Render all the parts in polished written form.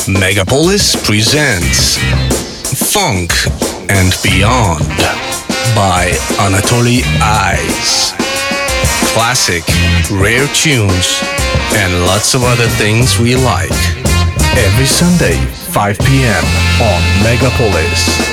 Megapolis presents Funk and Beyond by Anatoly Eyes. Classic, rare tunes, and lots of other things we like. Every Sunday, 5 p.m. on Megapolis.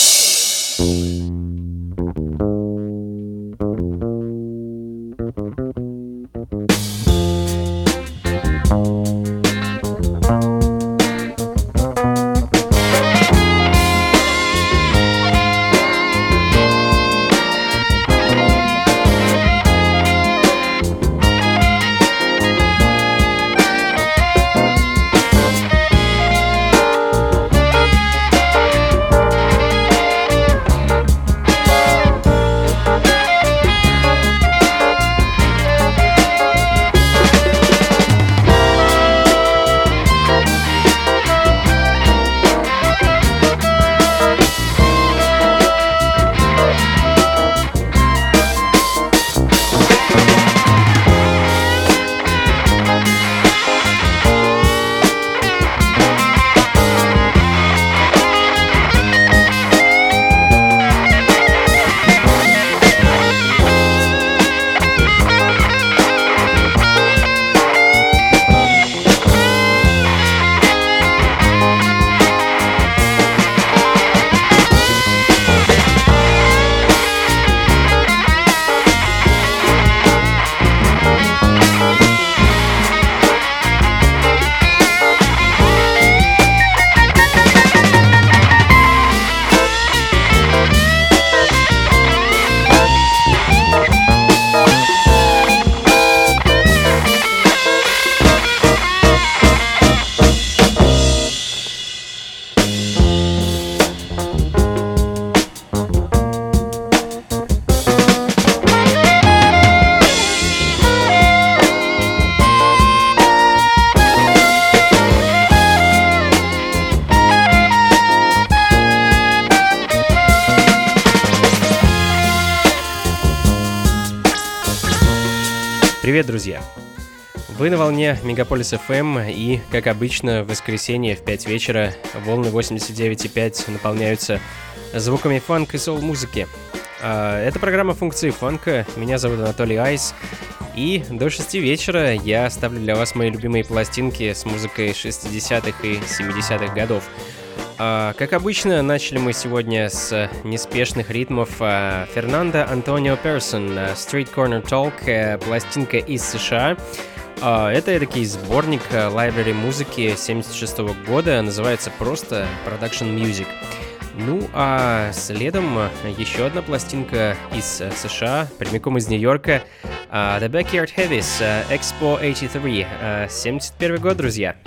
Привет, друзья! Вы на волне Мегаполис FM, и, как обычно, в воскресенье в 5 вечера волны 89,5 наполняются звуками фанк и соул-музыки. Это программа функции фанка, меня зовут Анатолий Айс, и до 6 вечера я ставлю для вас мои любимые пластинки с музыкой 60-х и 70-х годов. Как обычно, начали мы сегодня с неспешных ритмов. Фернандо Антонио Персон, Street Corner Talk, пластинка из США. Это эдакий сборник лайбрери музыки 76 года, называется просто Production Music. Ну а следом еще одна пластинка из США, прямиком из Нью-Йорка, The Backyard Heavies, Expo 83, 71 год, друзья.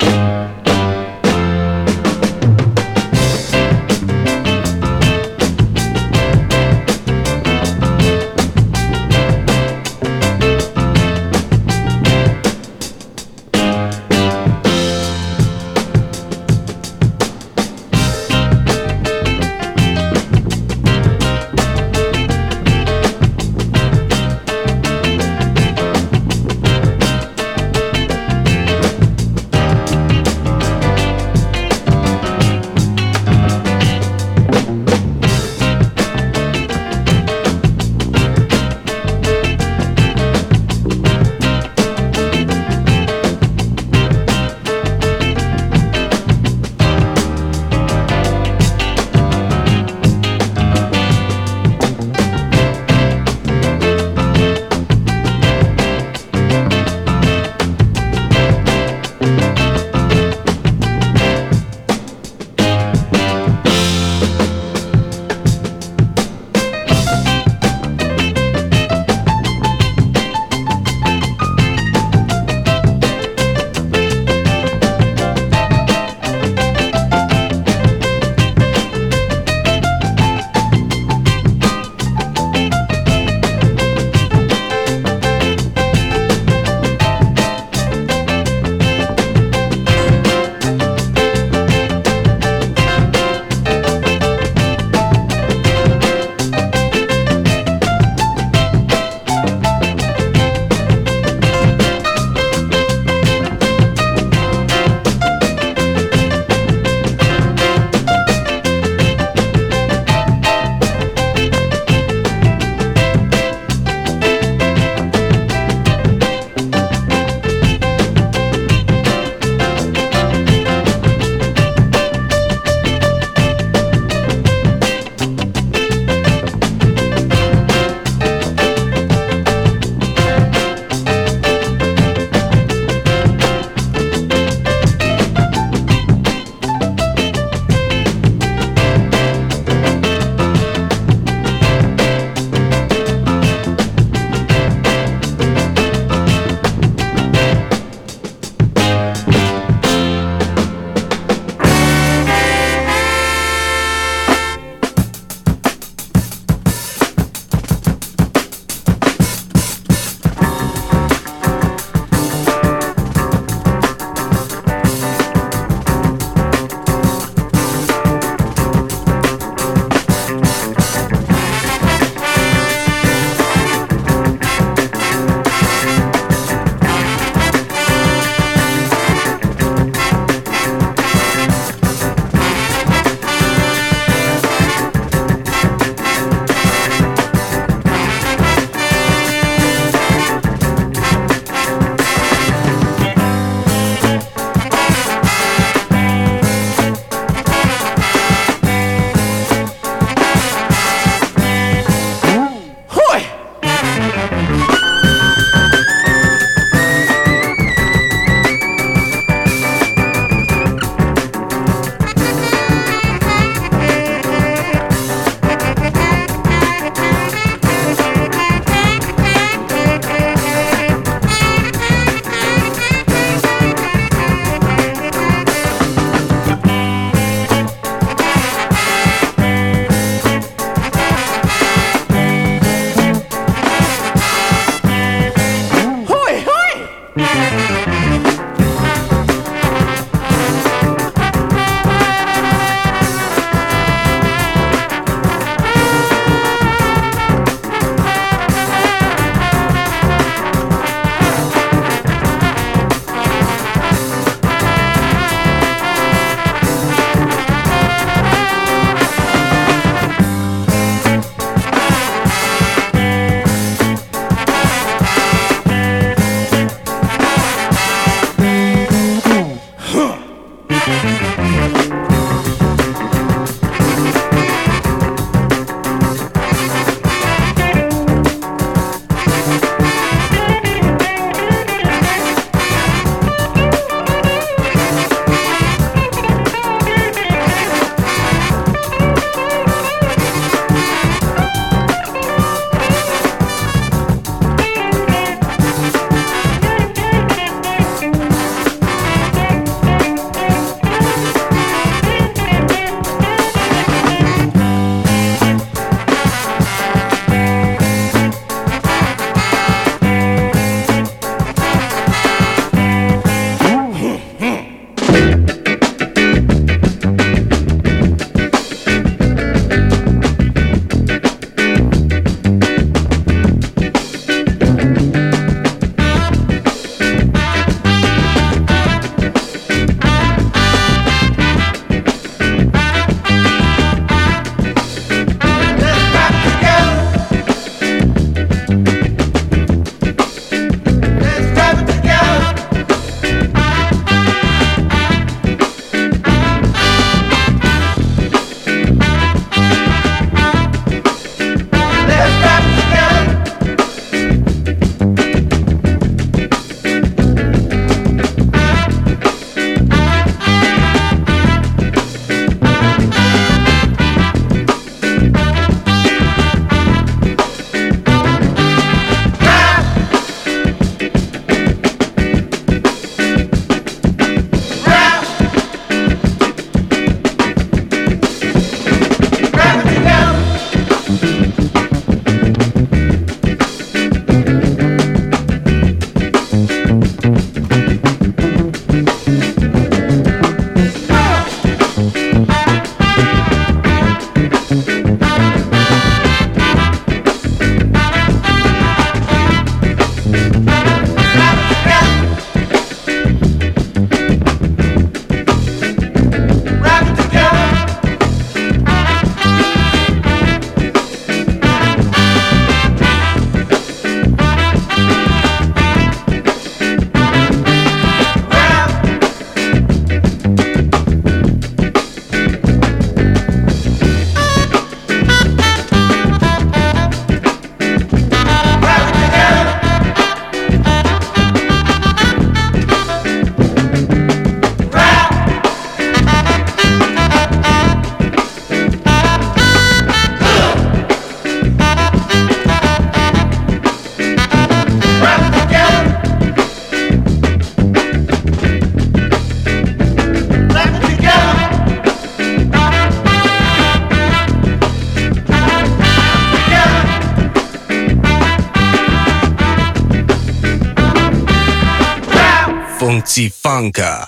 Funka.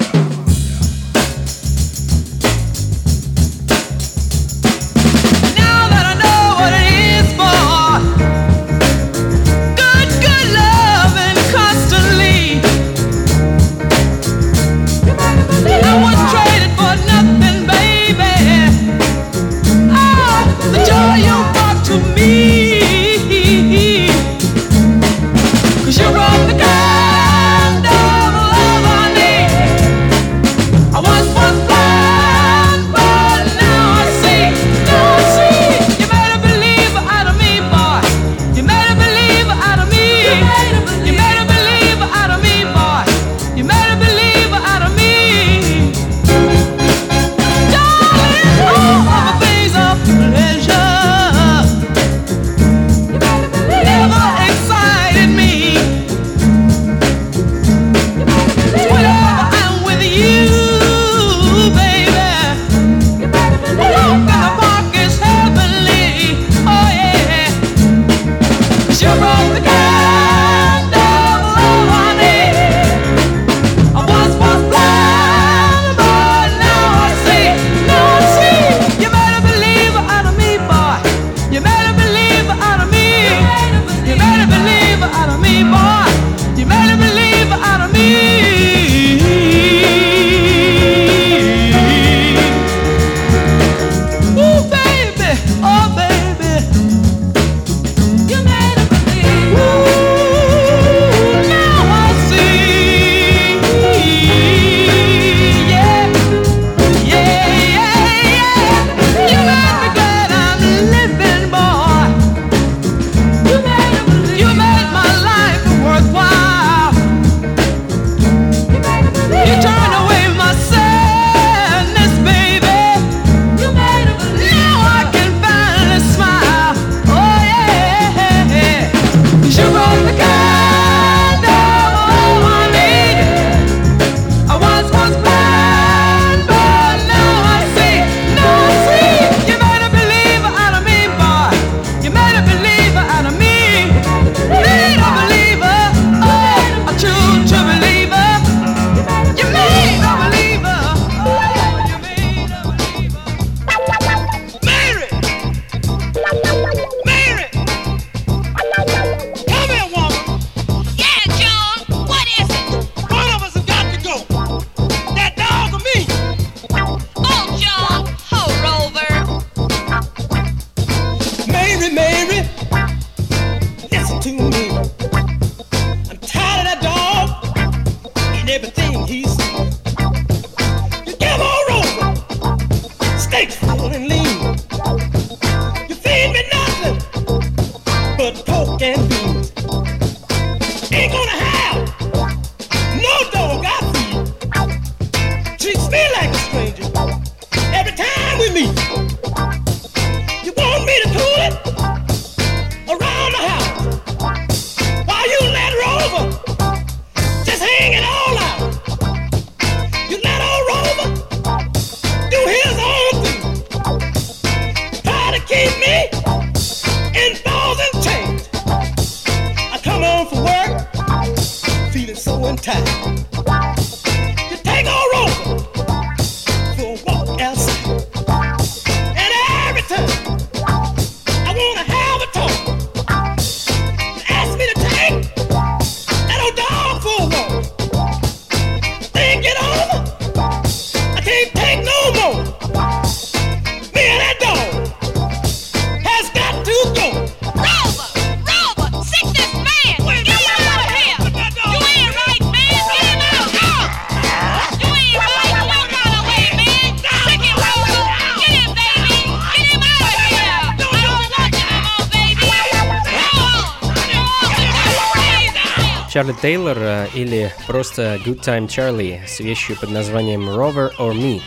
Чарли Тейлор или просто Good Time Charlie с вещью под названием Rover or Me.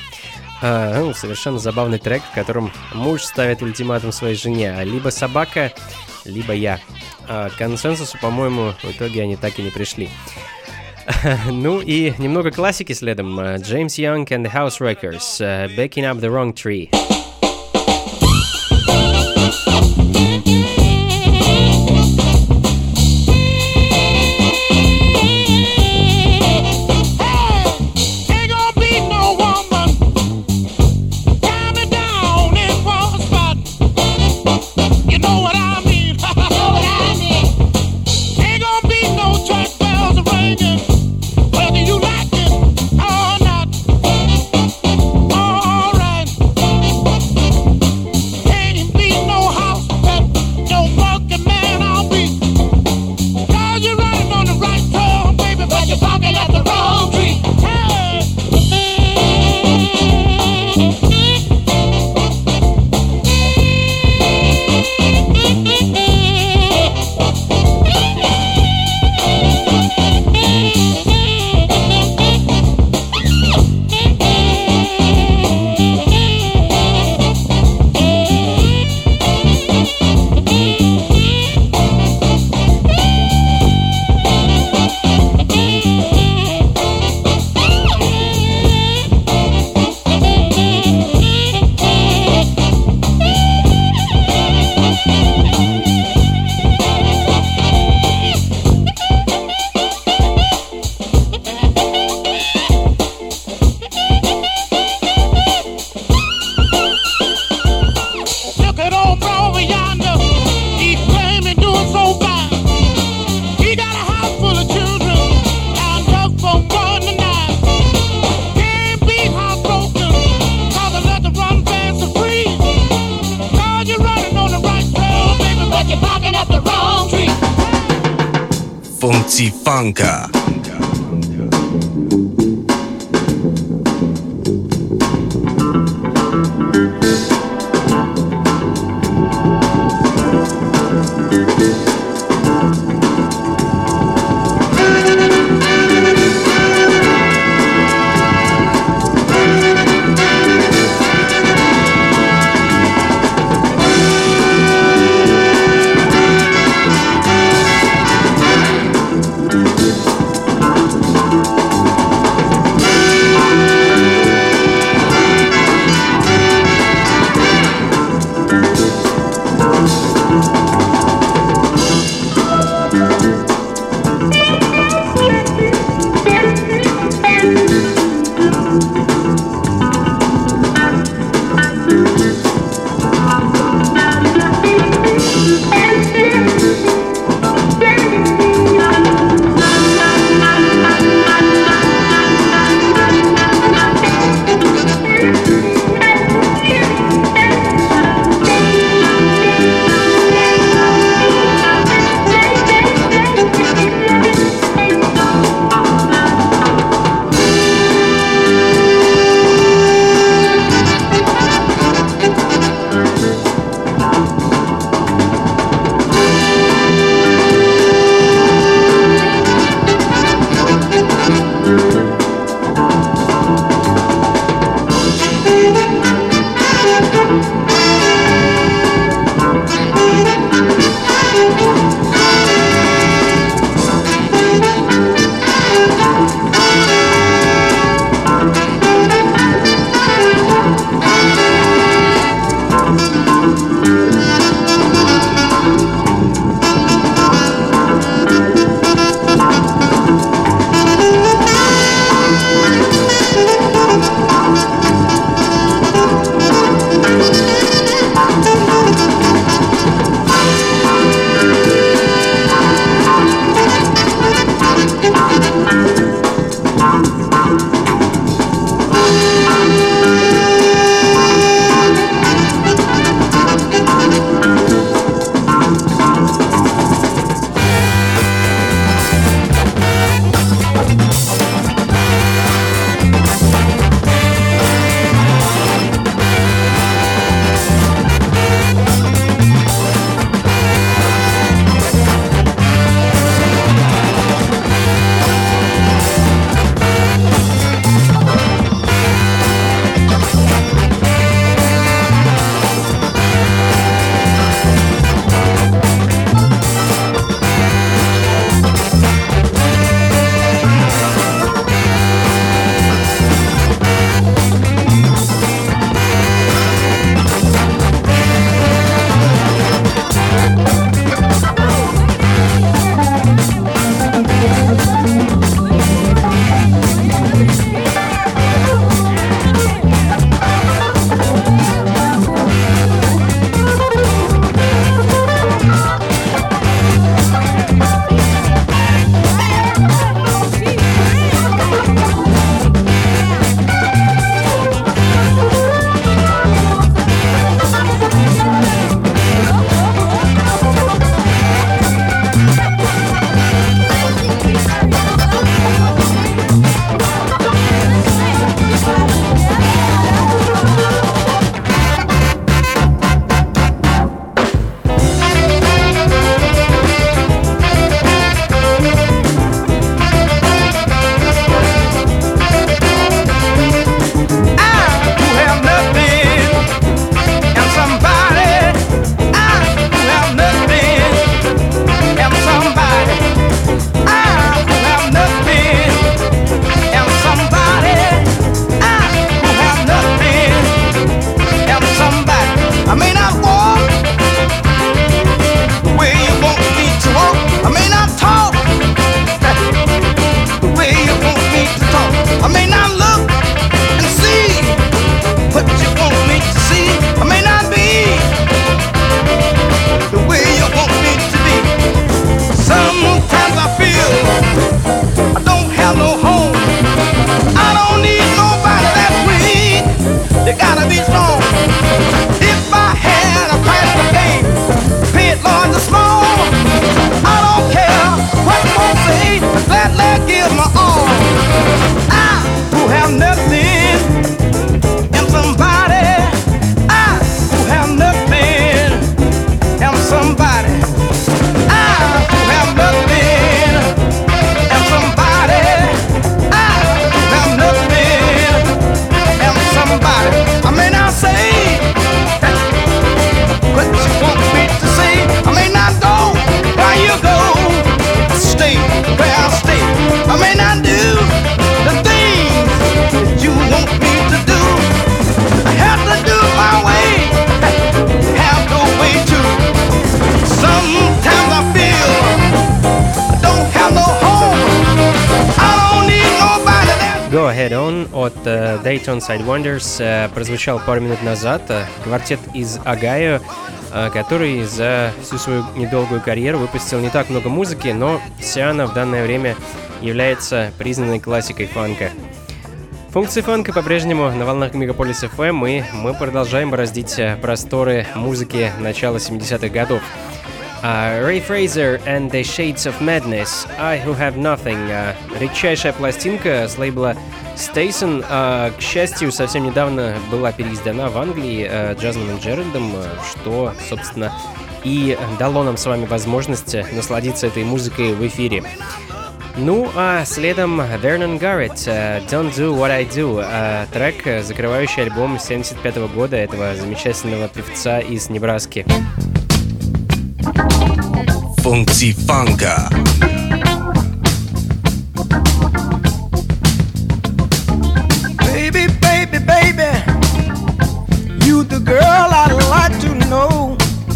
Совершенно забавный трек, в котором муж ставит ультиматум своей жене: либо собака, либо я. К консенсусу, по-моему, в итоге они так и не пришли. Ну и немного классики следом. James Young and the Housewreckers, Backing Up the Wrong Tree. Pezzi funka. Say Head On от Dayton Sidewinders прозвучал пару минут назад. Квартет из Огайо, который за всю свою недолгую карьеру выпустил не так много музыки, но вся она в данное время является признанной классикой фанка. Функции фанка по-прежнему на волнах Мегаполис FM, и мы продолжаем бороздить просторы музыки начала 70-х годов. Ray Fraser and the Shades of Madness, I Who Have Nothing. Редчайшая пластинка с лейбла Stayson, к счастью, совсем недавно была переиздана в Англии Джазмом и Джеральдом, что, собственно, и дало нам с вами возможность насладиться этой музыкой в эфире. Ну, а следом Vernon Garrett, Don't Do What I Do, трек, закрывающий альбом 1975 года этого замечательного певца из Небраски. Функции фанка. Baby, baby, baby, you the girl I'd like to know.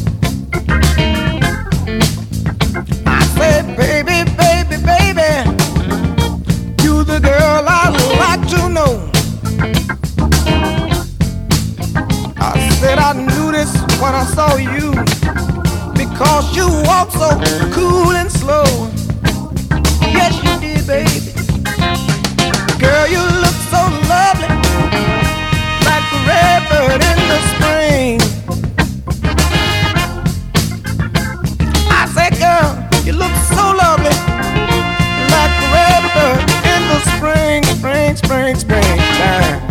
I said, baby, baby, baby, you the girl I'd like to know. I said I knew this when I saw you, because you walk so cool and slow. Yes, you did, baby. Girl, you look so lovely, like a redbird in the spring. I said, girl, you look so lovely, like a redbird in the spring, spring, spring, springtime.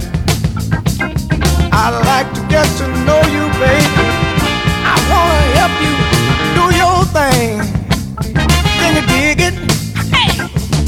I'd like to get to know you, baby. I wanna help you do your thing. Can you dig it? Hey!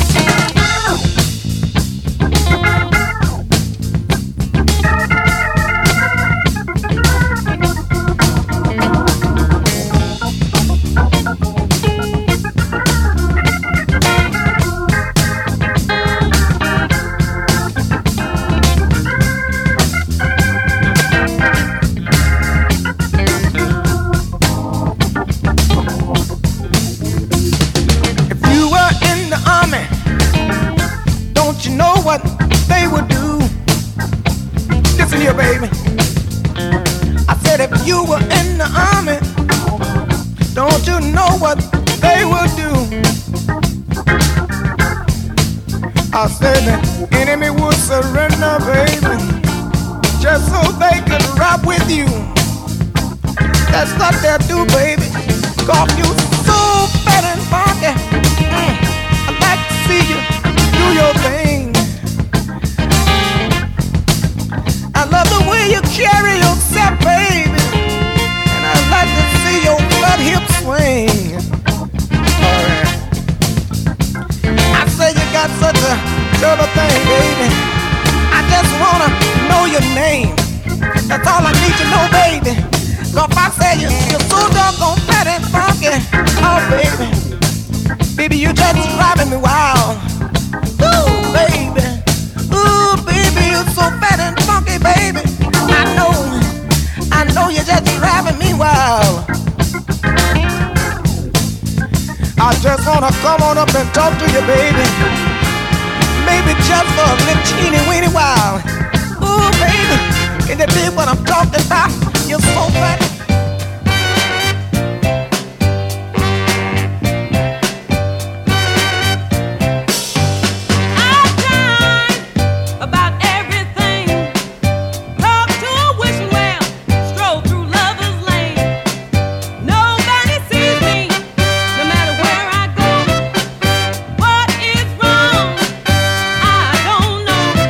Baby, I said if you were in the army, don't you know what they would do? I said the enemy would surrender, baby, just so they could rap with you. That's what they'll do, baby, 'cause you so fat and funky. I'd like to see you do your thing. I love the way you carry yourself, baby, and I like to see your butt hip swing. Alright. I say you got such a turtle thing, baby. I just wanna know your name. That's all I need to know, baby. 'Cause if I say you're so doggone fat and funky, oh baby, baby you just driving me wild. Ooh, baby. Ooh, baby, you're so fat and funky, baby. I know you're just driving me wild. I just wanna come on up and talk to you, baby. Maybe just for a little teeny weeny while. Ooh, baby, can you dig what I'm talking about? You're so fat. What is wrong? I don't know.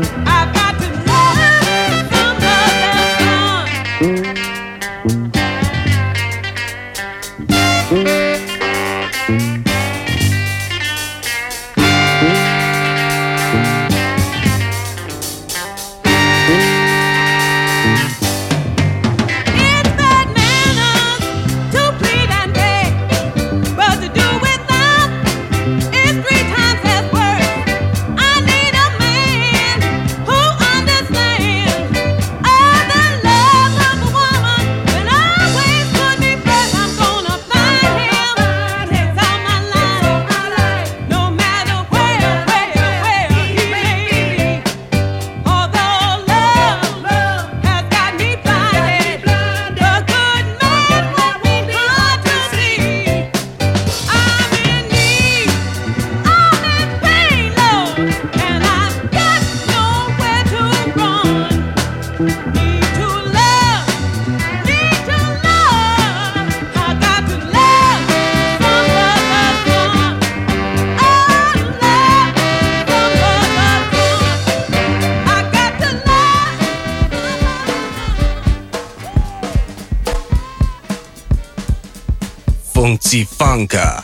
Funky Funka.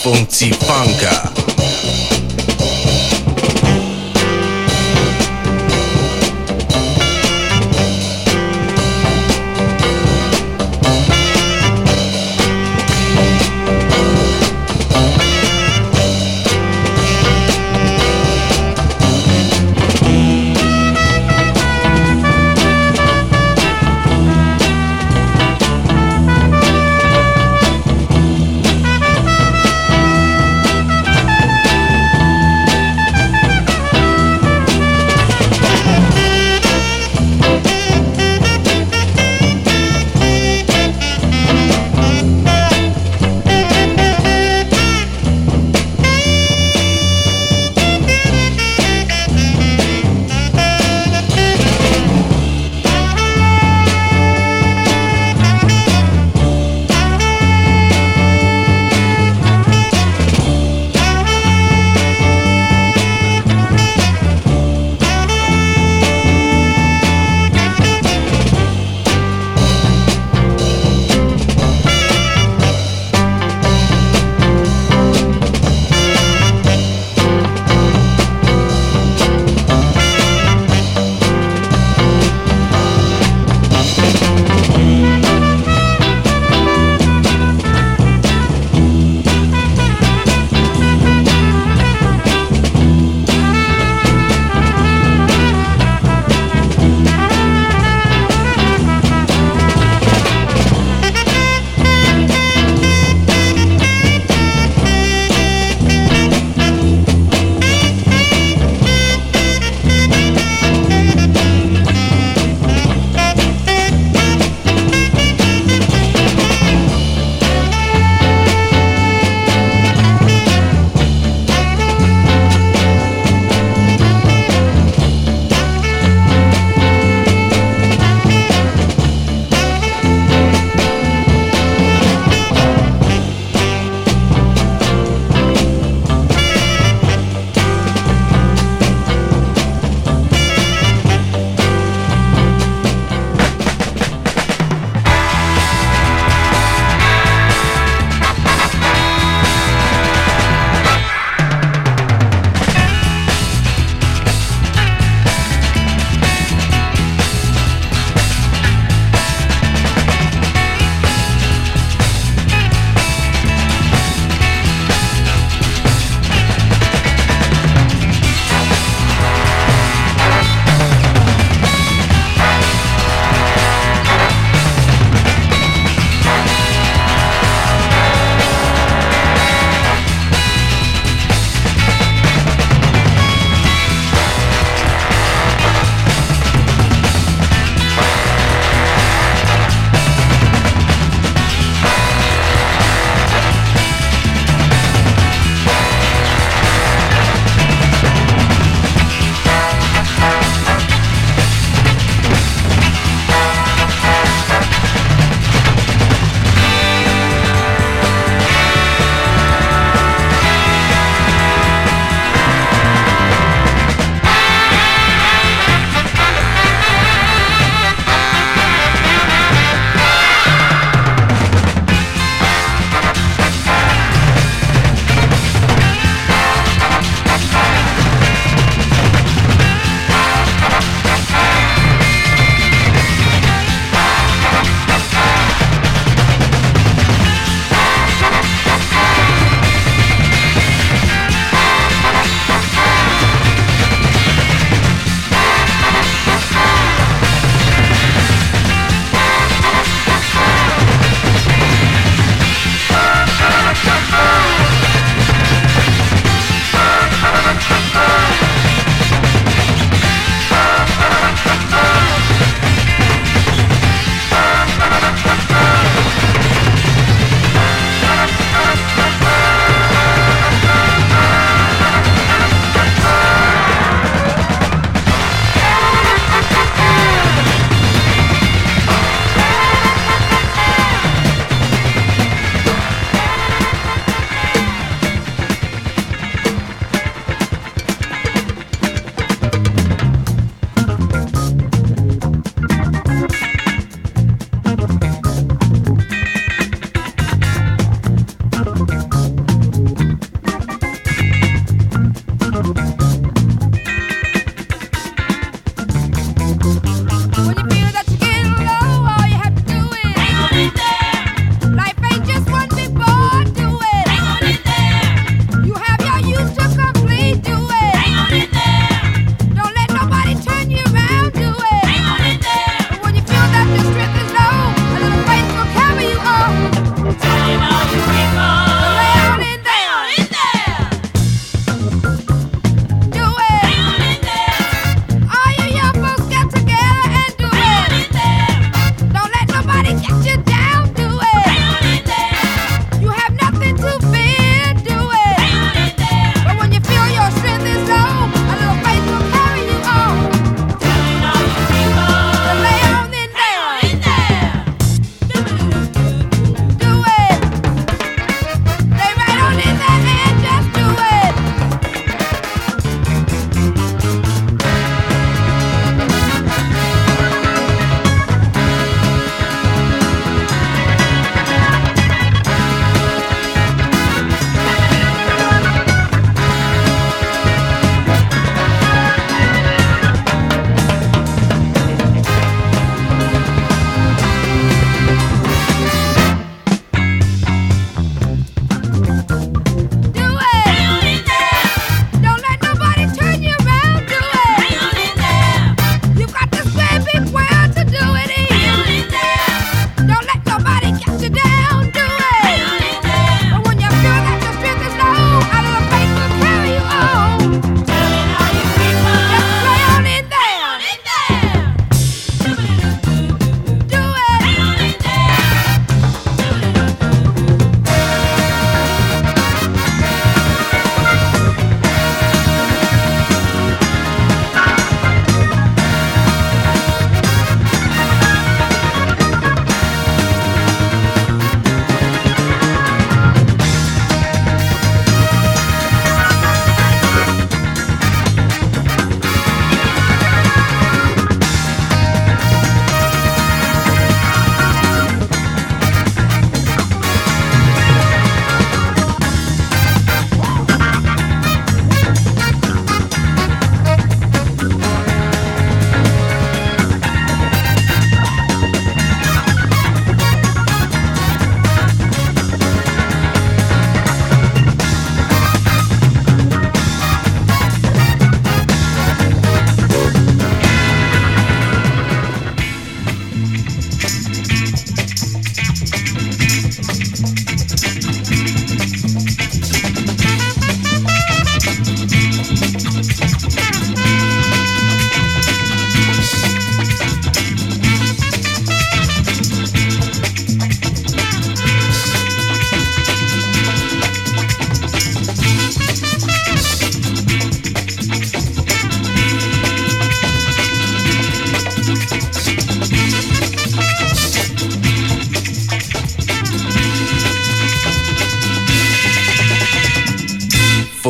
Funky Funka.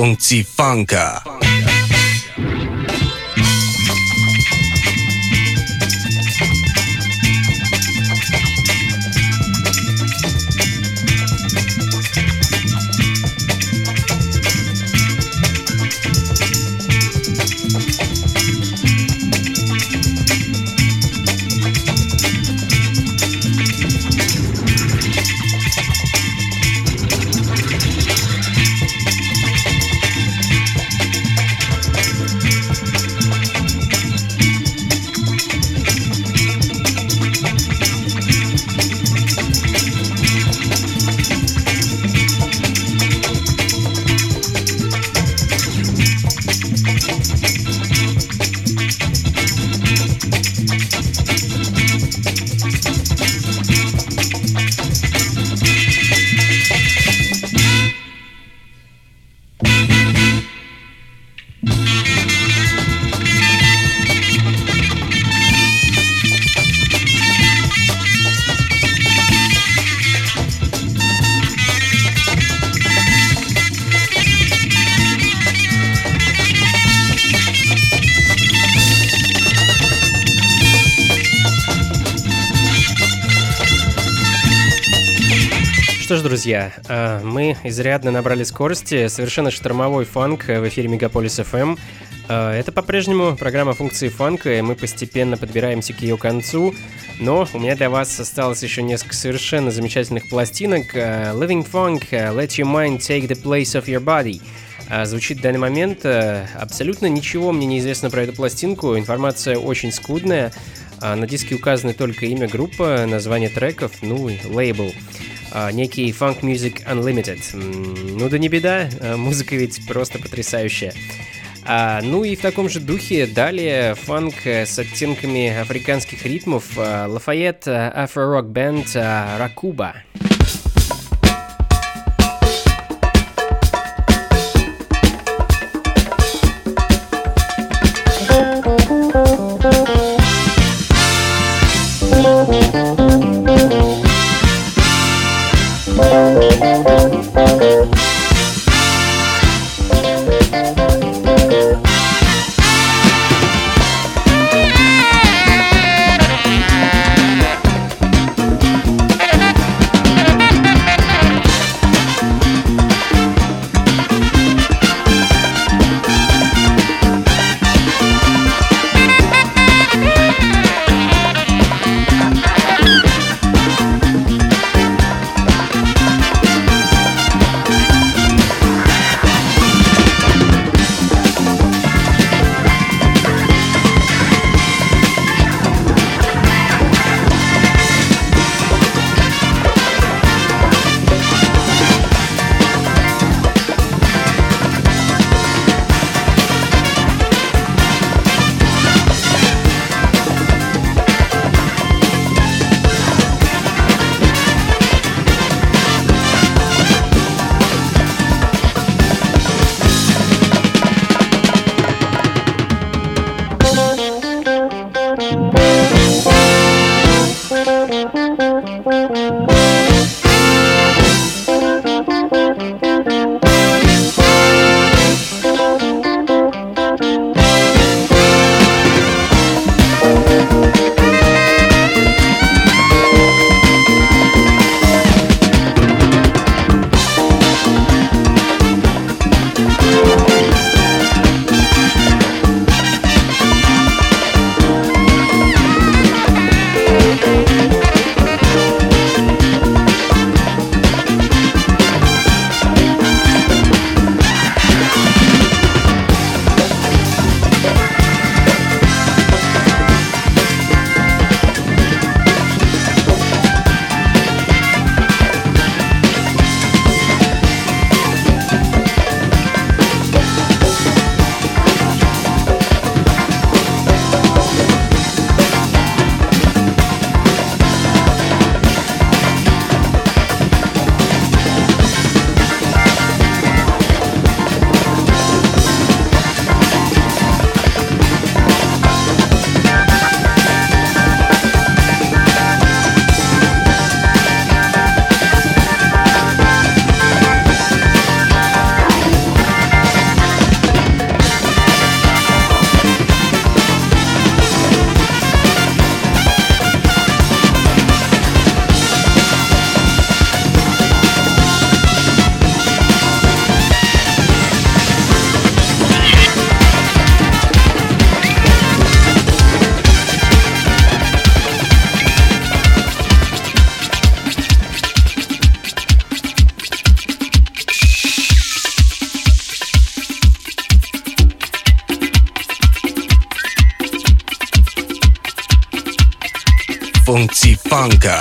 Funky Funka. Что ж, друзья, мы изрядно набрали скорости, совершенно штормовой фанк в эфире Мегаполис FM. Это по-прежнему программа функции фанка, и мы постепенно подбираемся к ее концу, но у меня для вас осталось еще несколько совершенно замечательных пластинок. Living Funk, Let Your Mind Take the Place of Your Body. Звучит в данный момент. Абсолютно ничего мне не известно про эту пластинку, информация очень скудная. На диске указаны только имя группы, название треков, ну и лейбл. Некий Funk Music Unlimited. Ну да не беда, музыка ведь просто потрясающая. Ну и в таком же духе далее фанк с оттенками африканских ритмов. Lafayette Afro-Rock Band Rakuba. Funky Funka.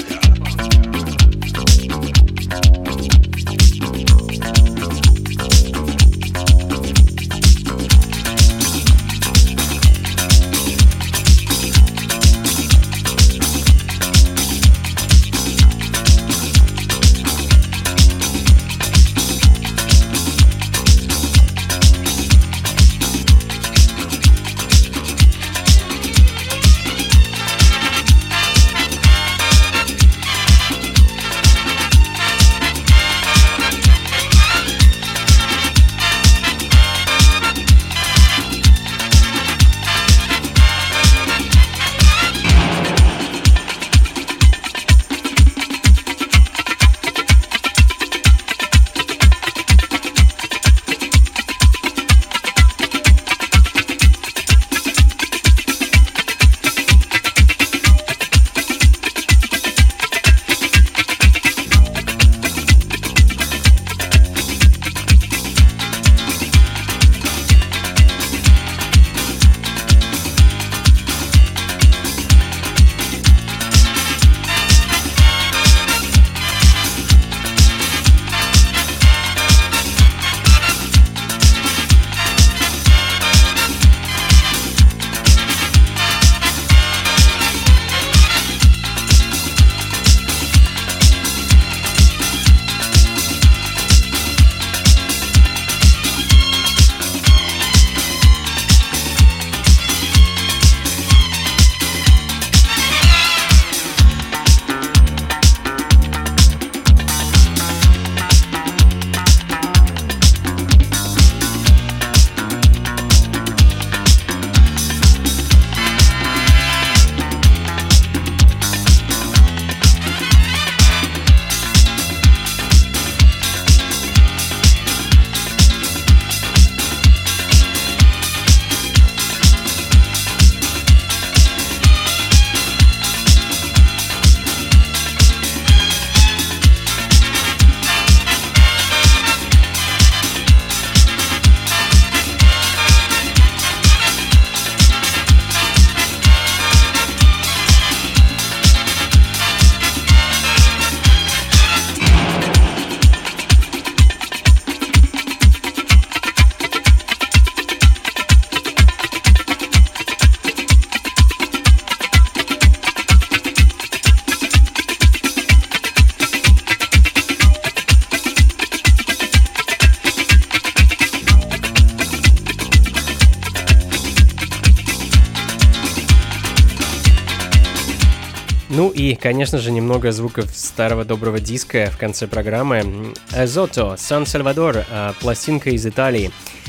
Ну и, конечно же, немного звуков старого доброго диска в конце программы. Азото, Сан-Сальвадор, пластинка из Италии.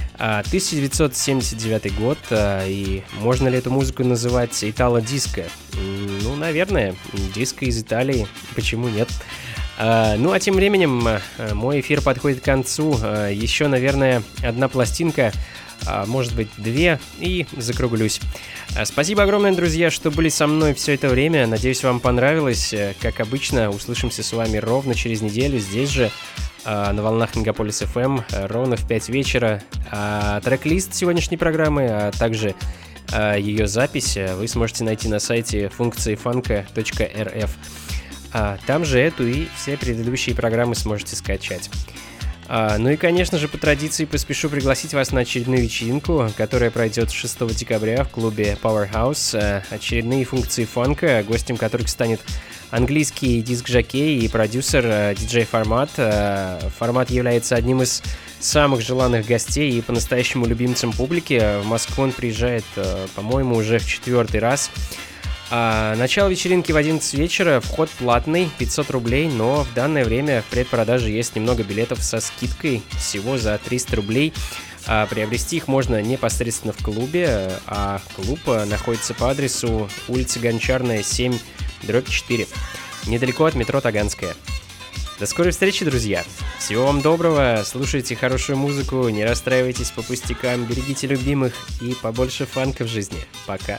1979 год, и можно ли эту музыку называть итало-диско? Ну, наверное, диско из Италии, почему нет? Ну, а тем временем мой эфир подходит к концу. Еще, наверное, одна пластинка, может быть, две, и закруглюсь. Спасибо огромное, друзья, что были со мной все это время. Надеюсь, вам понравилось. Как обычно, услышимся с вами ровно через неделю, здесь же, на волнах Мегаполис FM, ровно в 5 вечера. Трек-лист сегодняшней программы, а также ее запись вы сможете найти на сайте funkcifunk.rf. Там же эту и все предыдущие программы сможете скачать. Ну и, конечно же, по традиции поспешу пригласить вас на очередную вечеринку, которая пройдет 6 декабря в клубе Powerhouse. Очередные функции фанка, гостем которых станет английский диск-жокей и продюсер диджей Формат. Формат является одним из самых желанных гостей и по-настоящему любимцем публики. В Москву он приезжает, по-моему, уже в 4-й раз. Начало вечеринки в 11 вечера, вход платный, 500 рублей, но в данное время в предпродаже есть немного билетов со скидкой, всего за 300 рублей. Приобрести их можно непосредственно в клубе, а клуб находится по адресу улица Гончарная, 7/4, недалеко от метро Таганская. До скорой встречи, друзья! Всего вам доброго, слушайте хорошую музыку, не расстраивайтесь по пустякам, берегите любимых и побольше фанка в жизни. Пока!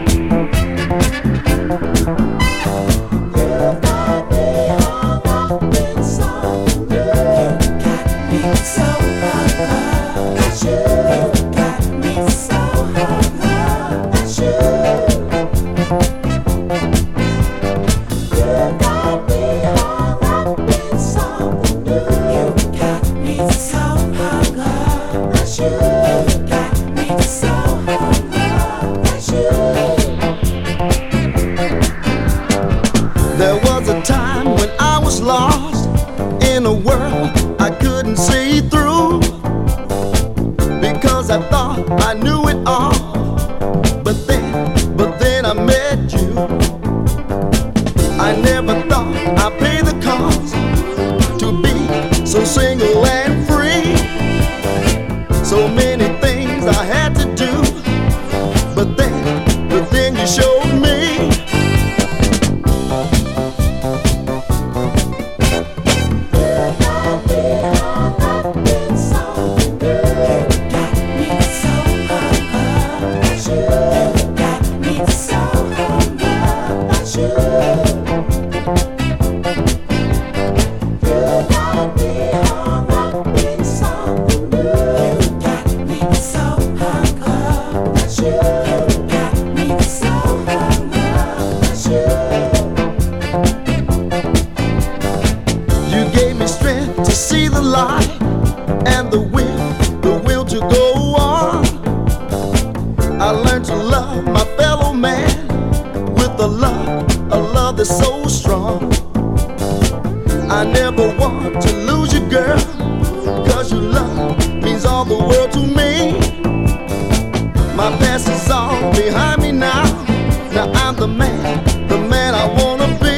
You got me on I met you, I never thought I'd pay the cost to be so single and free. So many things I had to do, but then the thing you showed me. And the will to go on. I learned to love my fellow man with a love that's so strong. I never want to lose you, girl, 'cause your love means all the world to me. My past is all behind me now. Now I'm the man I wanna be.